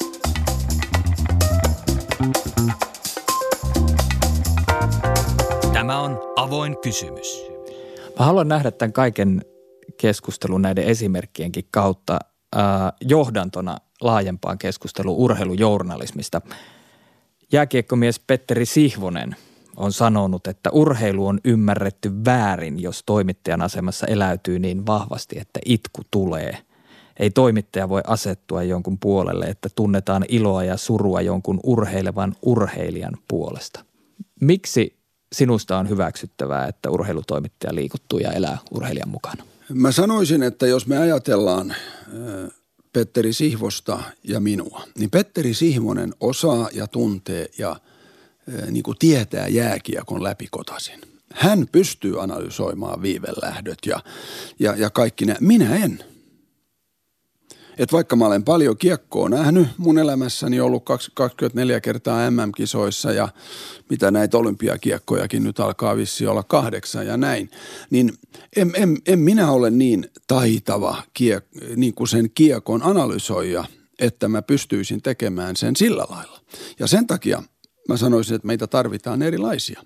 Tämä on avoin kysymys. Mä haluan nähdä tämän kaiken keskustelun näiden esimerkkienkin kautta äh, johdantona laajempaan keskusteluun urheilujournalismista. Jääkiekkomies Petteri Sihvonen on sanonut, että urheilu on ymmärretty väärin, jos toimittajan asemassa eläytyy niin vahvasti, että itku tulee. Ei toimittaja voi asettua jonkun puolelle, että tunnetaan iloa ja surua jonkun urheilevan urheilijan puolesta. Miksi sinusta on hyväksyttävää, että urheilutoimittaja liikuttuu ja elää urheilijan mukana? Mä sanoisin, että jos me ajatellaan Petteri Sihvosta ja minua, niin Petteri Sihvonen osaa ja tuntee ja niin kuin tietää jääkiekon läpikotaisin. Hän pystyy analysoimaan viivelähdöt ja, ja, ja kaikki nämä. Minä en. Et vaikka mä olen paljon kiekkoa nähnyt mun elämässäni, ollut kaksikymmentäneljä kertaa M M-kisoissa ja mitä näitä olympiakiekkojakin nyt alkaa vissiin olla kahdeksan ja näin, niin en, en, en minä ole niin taitava kiek- niin kuin sen kiekon analysoija, että mä pystyisin tekemään sen sillä lailla. Ja sen takia mä sanoisin, että meitä tarvitaan erilaisia.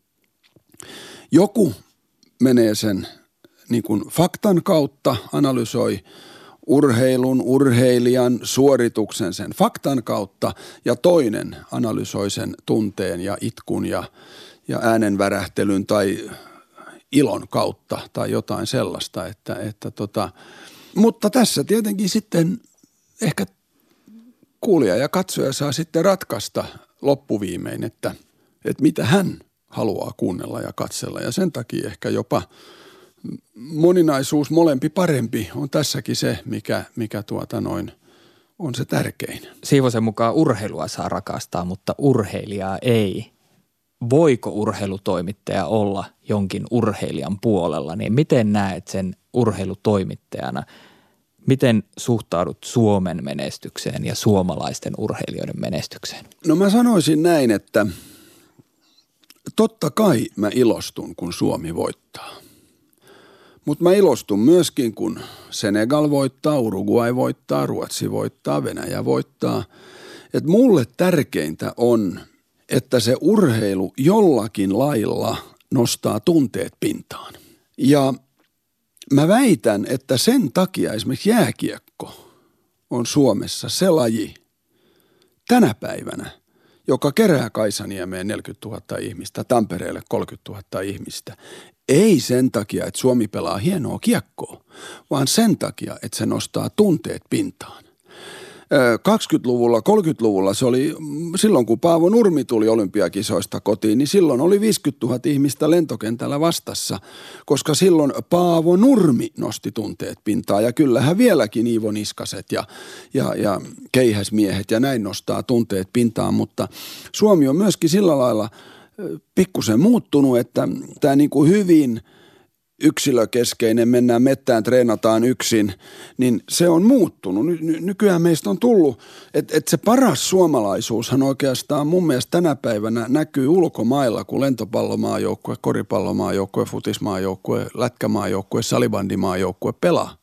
Joku menee sen niin kuin faktan kautta, analysoi urheilun, urheilijan, suorituksen sen faktan kautta ja toinen analysoi sen tunteen ja itkun ja, ja äänenvärähtelyn tai ilon kautta tai jotain sellaista. Että, että tota, mutta tässä tietenkin sitten ehkä kuulija ja katsoja saa sitten ratkaista loppuviimein, että, että mitä hän haluaa kuunnella ja katsella ja sen takia ehkä jopa moninaisuus, molempi parempi on tässäkin se, mikä, mikä tuota noin on se tärkein. Sihvosen mukaan urheilua saa rakastaa, mutta urheilijaa ei. Voiko urheilutoimittaja olla jonkin urheilijan puolella? Niin miten näet sen urheilutoimittajana? Miten suhtaudut Suomen menestykseen ja suomalaisten urheilijoiden menestykseen? No mä sanoisin näin, että totta kai mä ilostun, kun Suomi voittaa. Mutta mä ilostun myöskin, kun Senegal voittaa, Uruguay voittaa, Ruotsi voittaa, Venäjä voittaa. Et mulle tärkeintä on, että se urheilu jollakin lailla nostaa tunteet pintaan. Ja mä väitän, että sen takia esimerkiksi jääkiekko on Suomessa se laji tänä päivänä, joka kerää Kaisaniemeen neljäkymmentätuhatta ihmistä, Tampereelle kolmekymmentätuhatta ihmistä. Ei sen takia, että Suomi pelaa hienoa kiekkoa, vaan sen takia, että se nostaa tunteet pintaan. kaksikymmentäluvulla, kolmekymmentäluvulla se oli, silloin kun Paavo Nurmi tuli olympiakisoista kotiin, niin silloin oli viisikymmentätuhatta ihmistä lentokentällä vastassa, koska silloin Paavo Nurmi nosti tunteet pintaan. Ja kyllähän vieläkin Iivo Niskaset ja, ja, ja keihäsmiehet ja näin nostaa tunteet pintaan, mutta Suomi on myöskin sillä lailla pikkusen muuttunut, että tämä niin kuin hyvin yksilökeskeinen, mennään mettään, treenataan yksin, niin se on muuttunut. Ny- nykyään meistä on tullut, että et se paras suomalaisuushan oikeastaan mun mielestä tänä päivänä näkyy ulkomailla, kun lentopallomaajoukkue, koripallomaajoukkue, futismaajoukkue, lätkämaajoukkue, salibandimaajoukkue pelaa.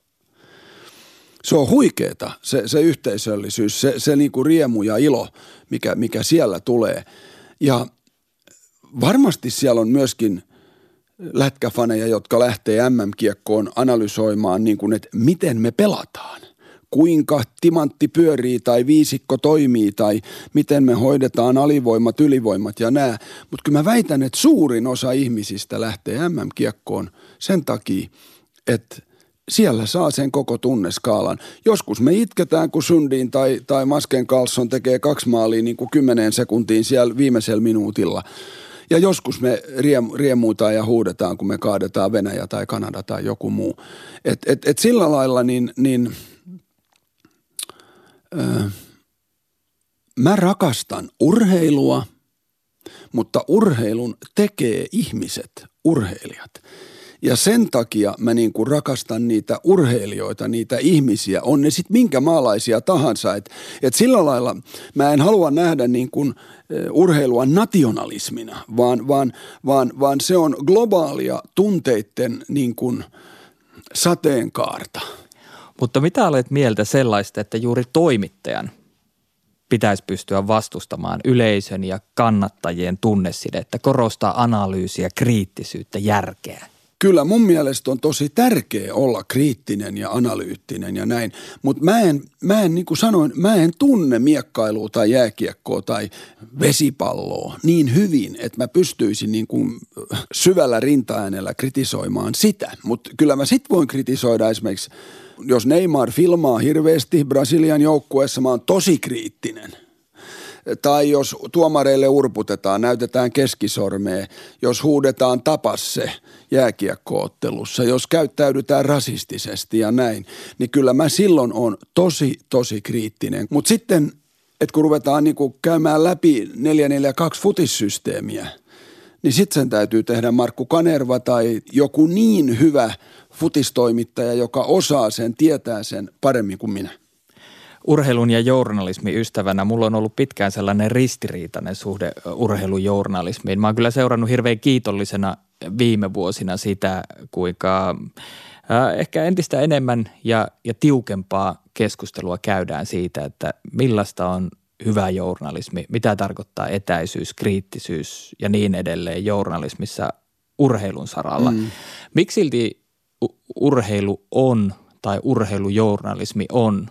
Se on huikeeta, se, se yhteisöllisyys, se, se niinku riemu ja ilo, mikä, mikä siellä tulee. Ja varmasti siellä on myöskin lätkäfaneja, jotka lähtee M M-kiekkoon analysoimaan, niin kuin, että miten me pelataan. Kuinka timantti pyörii tai viisikko toimii tai miten me hoidetaan alivoimat, ylivoimat ja nää. Mutta kyllä mä väitän, että suurin osa ihmisistä lähtee M M-kiekkoon sen takia, että siellä saa sen koko tunneskaalan. Joskus me itketään, kun Sundin tai, tai Masken Karlsson tekee kaksi maalia niin kuin kymmeneen sekuntiin siellä viimeisellä minuutilla. Ja joskus me riem, riemuutaan ja huudetaan, kun me kaadetaan Venäjä tai Kanada tai joku muu. Et, et, et sillä lailla niin, niin öö, mä rakastan urheilua, mutta urheilun tekee ihmiset, urheilijat. Ja sen takia mä niin kuin rakastan niitä urheilijoita, niitä ihmisiä, on ne sitten minkä maalaisia tahansa. Että et sillä lailla mä en halua nähdä niin kuin urheilua nationalismina, vaan, vaan, vaan, vaan se on globaalia tunteiden niin kuin sateenkaarta. Mutta mitä olet mieltä sellaista, että juuri toimittajan pitäisi pystyä vastustamaan yleisön ja kannattajien tunnesidettä, korostaa analyysiä, kriittisyyttä, järkeä? Kyllä mun mielestä on tosi tärkeä olla kriittinen ja analyyttinen ja näin, mutta mä en, mä en niin kuin sanoin, mä en tunne miekkailua tai jääkiekkoa tai vesipalloa niin hyvin, että mä pystyisin niin kuin syvällä rintaäänellä kritisoimaan sitä, mutta kyllä mä sit voin kritisoida esimerkiksi, jos Neymar filmaa hirveästi Brasilian joukkueessa, mä oon tosi kriittinen. Tai jos tuomareille urputetaan, näytetään keskisormea, jos huudetaan tapas se jääkiekkoottelussa, jos käyttäydytään rasistisesti ja näin, niin kyllä mä silloin on tosi, tosi kriittinen. Mutta sitten, että kun ruvetaan niinku käymään läpi neljä neljä kaksi futissysteemiä, niin sitten sen täytyy tehdä Markku Kanerva tai joku niin hyvä futistoimittaja, joka osaa sen, tietää sen paremmin kuin minä. Urheilun ja journalismin ystävänä mulla on ollut pitkään sellainen ristiriitainen suhde urheilujournalismiin. Mä oon kyllä seurannut hirveän kiitollisena viime vuosina sitä, kuinka äh, ehkä entistä enemmän ja, ja tiukempaa keskustelua käydään siitä, että millaista on hyvä journalismi, mitä tarkoittaa etäisyys, kriittisyys ja niin edelleen journalismissa urheilun saralla. Mm. Miksi silti urheilu on tai urheilujournalismi on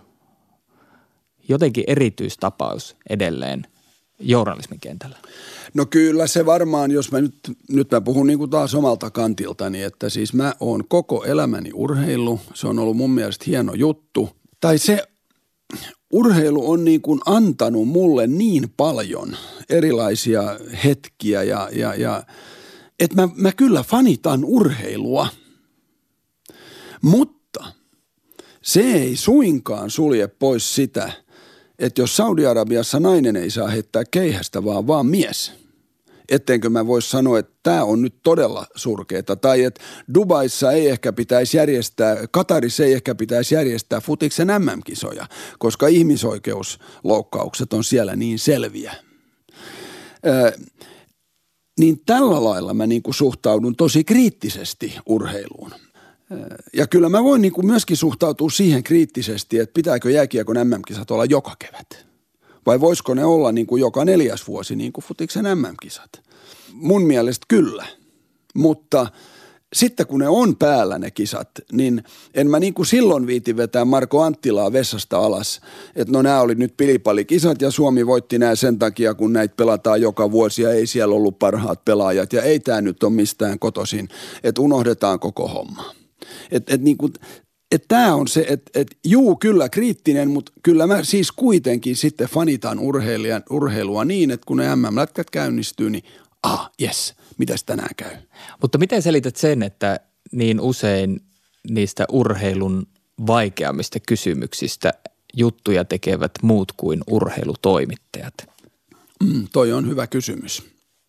jotenkin erityistapaus edelleen journalismin kentällä? No kyllä se varmaan, jos mä nyt, nyt mä puhun niin kuin taas omalta kantiltani, että siis mä oon koko elämäni urheilu, se on ollut mun mielestä hieno juttu. Tai se urheilu on niin kuin antanut mulle niin paljon erilaisia hetkiä ja, ja, ja että mä, mä kyllä fanitan urheilua, mutta se ei suinkaan sulje pois sitä, että jos Saudi-Arabiassa nainen ei saa heittää keihästä, vaan vaan mies, ettenkö mä vois sanoa, että tämä on nyt todella surkeeta. Tai että Dubaissa ei ehkä pitäisi järjestää, Katarissa ei ehkä pitäisi järjestää futiksen äm äm-kisoja, koska ihmisoikeusloukkaukset on siellä niin selviä. Ö, niin tällä lailla mä niin kuin suhtaudun tosi kriittisesti urheiluun. Ja kyllä mä voin niin kuin myöskin suhtautua siihen kriittisesti, että pitääkö jääkiekon äm äm-kisat olla joka kevät. Vai voisiko ne olla niin kuin joka neljäs vuosi niin kuin futiksen äm äm-kisat? Mun mielestä kyllä, mutta sitten kun ne on päällä ne kisat, niin en mä niin kuin silloin viiti vetää Marko Anttilaa vessasta alas, että no nämä oli nyt pilipallikisat ja Suomi voitti nämä sen takia, kun näitä pelataan joka vuosi ja ei siellä ollut parhaat pelaajat ja ei tämä nyt ole mistään kotoisin, että unohdetaan koko homma. Että et niinku, et tämä on se, että et, juu kyllä kriittinen, mutta kyllä mä siis kuitenkin sitten fanitan urheilijan, urheilua niin, että kun ne äm äm-lätkät käynnistyy, niin ah, jes, mitäs tänään käy? Mutta miten selität sen, että niin usein niistä urheilun vaikeammista kysymyksistä juttuja tekevät muut kuin urheilutoimittajat? Mm, toi on hyvä kysymys.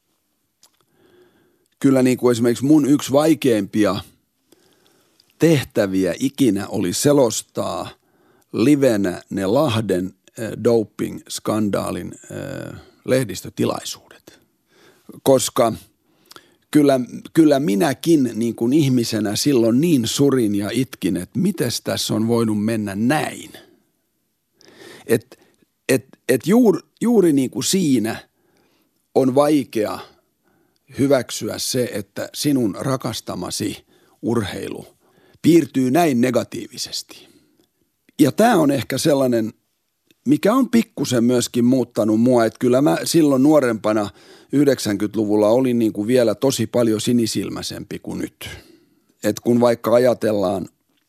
Kyllä niin kuin esimerkiksi mun yksi vaikeimpia tehtäviä ikinä oli selostaa livenä ne Lahden äh, doping-skandaalin äh, lehdistötilaisuudet. Koska kyllä, kyllä minäkin niin kuin ihmisenä silloin niin surin ja itkin, että mites tässä on voinut mennä näin. Että et, et juuri, juuri niin kuin siinä on vaikea hyväksyä se, että sinun rakastamasi urheilu piirtyy näin negatiivisesti. Ja tämä on ehkä sellainen, mikä on pikkusen myöskin muuttanut mua, että kyllä mä silloin nuorempana yhdeksänkymmentäluvulla olin niin kuin vielä tosi paljon sinisilmäisempi kuin nyt. Että kun vaikka ajatellaan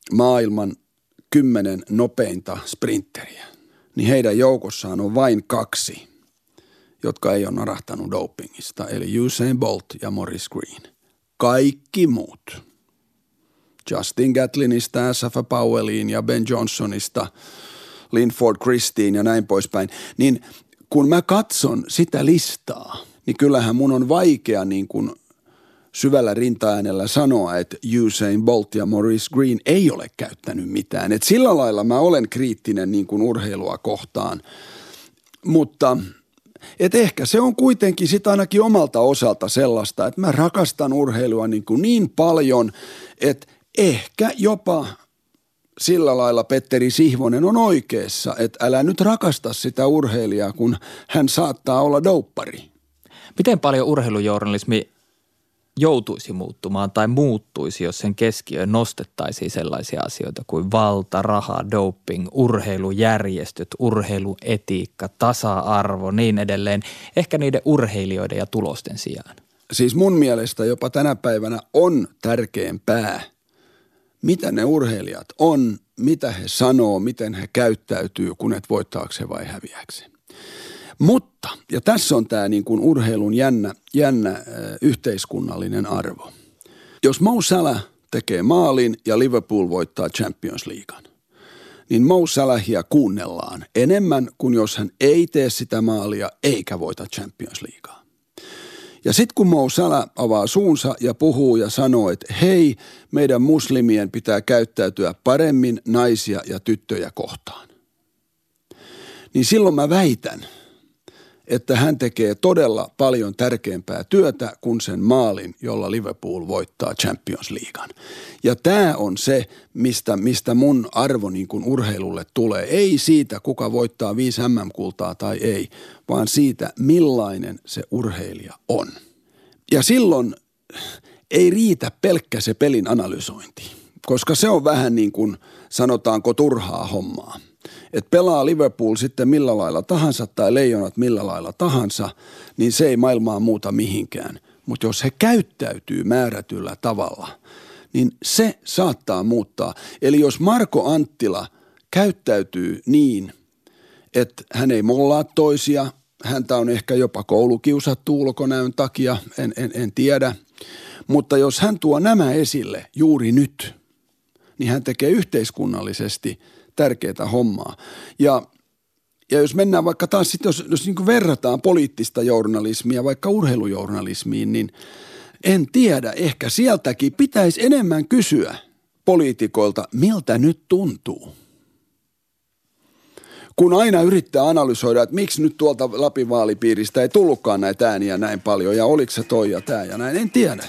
maailman kymmenen nopeinta sprinteriä, niin heidän joukossaan on vain kaksi, jotka ei ole narahtanut dopingista, eli Usain Bolt ja Maurice Green. Kaikki muut, Justin Gatlinista, S F Powelliin ja Ben Johnsonista, Linford Christiin ja näin poispäin, niin kun mä katson sitä listaa, niin kyllähän mun on vaikea niin kuin syvällä rintaäänellä sanoa, että Usain Bolt ja Maurice Green ei ole käyttänyt mitään. Et sillä lailla mä olen kriittinen niin kuin urheilua kohtaan, mutta et ehkä se on kuitenkin sit ainakin omalta osalta sellaista, että mä rakastan urheilua niin, kuin niin paljon, että ehkä jopa sillä lailla Petteri Sihvonen on oikeassa, että älä nyt rakasta sitä urheilijaa, kun hän saattaa olla douppari. Miten paljon urheilujournalismi joutuisi muuttumaan tai muuttuisi, jos sen keskiöön nostettaisiin sellaisia asioita kuin valta, raha, doping, urheilujärjestöt, urheiluetiikka, tasa-arvo, niin edelleen, ehkä niiden urheilijoiden ja tulosten sijaan? Siis mun mielestä jopa tänä päivänä on tärkeämpää, mitä ne urheilijat on, mitä he sanoo, miten he käyttäytyy, kun et voittaakseen vai häviäkseen. Mutta, ja tässä on tämä niin kuin urheilun jännä, jännä äh, yhteiskunnallinen arvo. Jos Mo Salah tekee maalin ja Liverpool voittaa Champions Leaguean, niin Mo Salahia kuunnellaan enemmän kuin jos hän ei tee sitä maalia eikä voita Champions Leaguea. Ja sitten kun Mo Salah avaa suunsa ja puhuu ja sanoo, että hei, meidän muslimien pitää käyttäytyä paremmin naisia ja tyttöjä kohtaan, niin silloin mä väitän, että hän tekee todella paljon tärkeämpää työtä kuin sen maalin, jolla Liverpool voittaa Champions Leaguean. Ja tämä on se, mistä, mistä mun arvo niin kuin urheilulle tulee. Ei siitä, kuka voittaa viisi M M-kultaa tai ei, vaan siitä, millainen se urheilija on. Ja silloin ei riitä pelkkä se pelin analysointi, koska se on vähän niin kuin sanotaanko turhaa hommaa. Että pelaa Liverpool sitten millä lailla tahansa tai Leijonat millä lailla tahansa, niin se ei maailmaa muuta mihinkään. Mutta jos he käyttäytyy määrätyllä tavalla, niin se saattaa muuttaa. Eli jos Marko Anttila käyttäytyy niin, että hän ei mollaa toisia, häntä on ehkä jopa koulukiusattu ulkonäön takia, en, en, en tiedä. Mutta jos hän tuo nämä esille juuri nyt, niin hän tekee yhteiskunnallisesti tärkeää hommaa. Ja, ja jos mennään vaikka taas sitten, jos, jos niin kuin verrataan poliittista journalismia vaikka urheilujournalismiin, niin en tiedä, ehkä sieltäkin pitäisi enemmän kysyä poliitikoilta, miltä nyt tuntuu. Kun aina yrittää analysoida, että miksi nyt tuolta Lapin vaalipiiristä ei tullutkaan näitä ääniä näin paljon ja oliko se toi ja tää ja näin, en tiedä.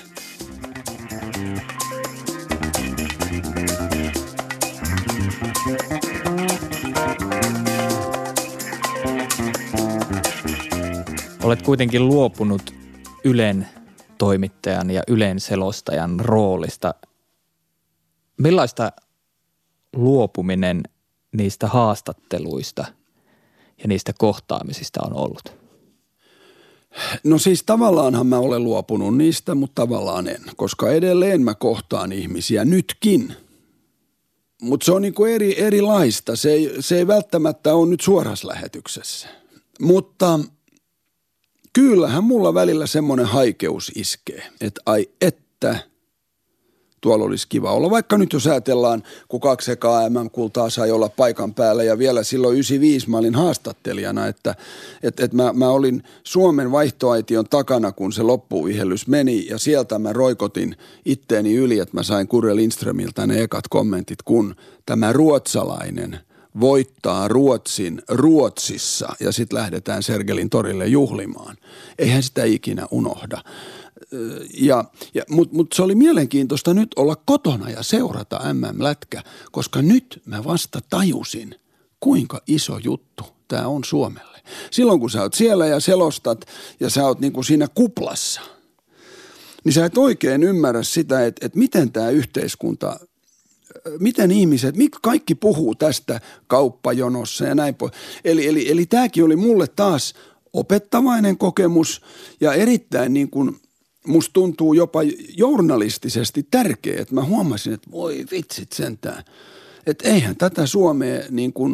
Olet kuitenkin luopunut Ylen toimittajan ja Ylen selostajan roolista. Millaista luopuminen niistä haastatteluista ja niistä kohtaamisista on ollut? No siis tavallaanhan mä olen luopunut niistä, mutta tavallaan en, koska edelleen mä kohtaan ihmisiä nytkin. Mutta se on niinku eri, erilaista, se ei, se ei välttämättä ole nyt suorassa lähetyksessä. Mutta kyllähän mulla välillä semmoinen haikeus iskee, että ai että tuolla olisi kiva olla. Vaikka nyt jos ajatellaan, kun kaksi ekaa M M-kultaa sai olla paikan päällä ja vielä silloin yhdeksänkymmentäviisi mä olin haastattelijana, että et, et mä, mä olin Suomen vaihtoaition takana, kun se loppuvihellys meni ja sieltä mä roikotin itteeni yli, että mä sain Kurre Lindströmiltä ne ekat kommentit, kun tämä ruotsalainen voittaa Ruotsin Ruotsissa ja sitten lähdetään Sergelin torille juhlimaan. Eihän sitä ikinä unohda. Ja, ja, Mutta mut se oli mielenkiintoista nyt olla kotona ja seurata M M-lätkä, koska nyt mä vasta tajusin, kuinka iso juttu tämä on Suomelle. Silloin kun sä oot siellä ja selostat ja sä oot niinku siinä kuplassa, niin sä et oikein ymmärrä sitä, että, että miten tämä yhteiskunta, miten ihmiset, kaikki puhuu tästä kauppajonossa ja näin pois. Eli, eli, eli tämäkin oli mulle taas opettavainen kokemus ja erittäin niin kuin musta tuntuu jopa journalistisesti tärkeä, että mä huomasin, että voi vitsit sentään. Että eihän tätä Suomea niin kuin,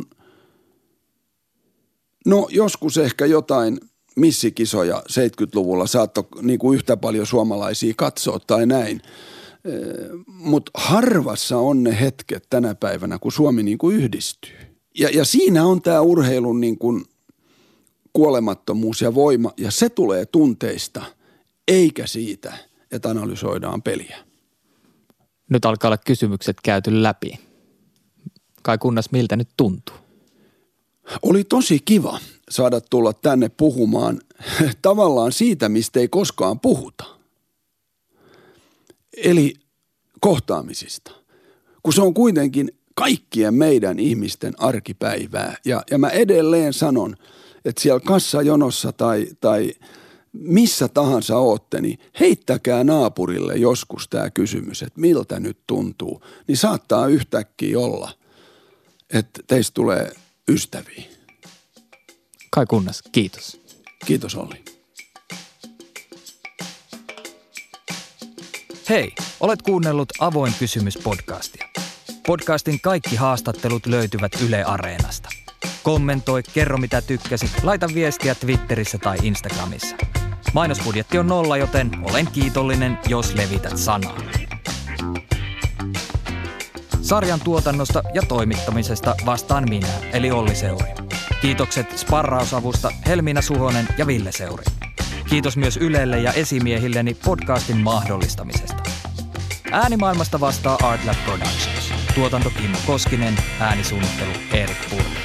no joskus ehkä jotain missikisoja seitsemänkymmentäluvulla saattoi niin kuin yhtä paljon suomalaisia katsoa tai näin. Mutta harvassa on ne hetket tänä päivänä, kun Suomi niin kuin yhdistyy. Ja, ja siinä on tämä urheilun niin kuin kuolemattomuus ja voima, ja se tulee tunteista, eikä siitä, että analysoidaan peliä. Nyt alkaa olla kysymykset käyty läpi. Kai Kunnas, miltä nyt tuntuu? Oli tosi kiva saada tulla tänne puhumaan tavallaan siitä, mistä ei koskaan puhuta. Eli kohtaamisista, kun se on kuitenkin kaikkien meidän ihmisten arkipäivää. Ja, ja mä edelleen sanon, että siellä kassajonossa tai, tai missä tahansa ootte, niin heittäkää naapurille joskus tämä kysymys, että miltä nyt tuntuu. Niin saattaa yhtäkkiä olla, että teistä tulee ystäviä. Kai Kunnas, kiitos. Kiitos Olli. Hei, olet kuunnellut Avoin kysymys -podcastia. Podcastin kaikki haastattelut löytyvät Yle Areenasta. Kommentoi, kerro mitä tykkäsit, laita viestiä Twitterissä tai Instagramissa. Mainosbudjetti on nolla, joten olen kiitollinen, jos levität sanaa. Sarjan tuotannosta ja toimittamisesta vastaan minä, eli Olli Seuri. Kiitokset sparrausavusta Helmiina Suhonen ja Ville Seuri. Kiitos myös Ylelle ja esimiehilleni podcastin mahdollistamisesta. Äänimaailmasta vastaa Artlab Productions. Tuotanto Kimmo Koskinen, äänisuunnittelu Erik Purra.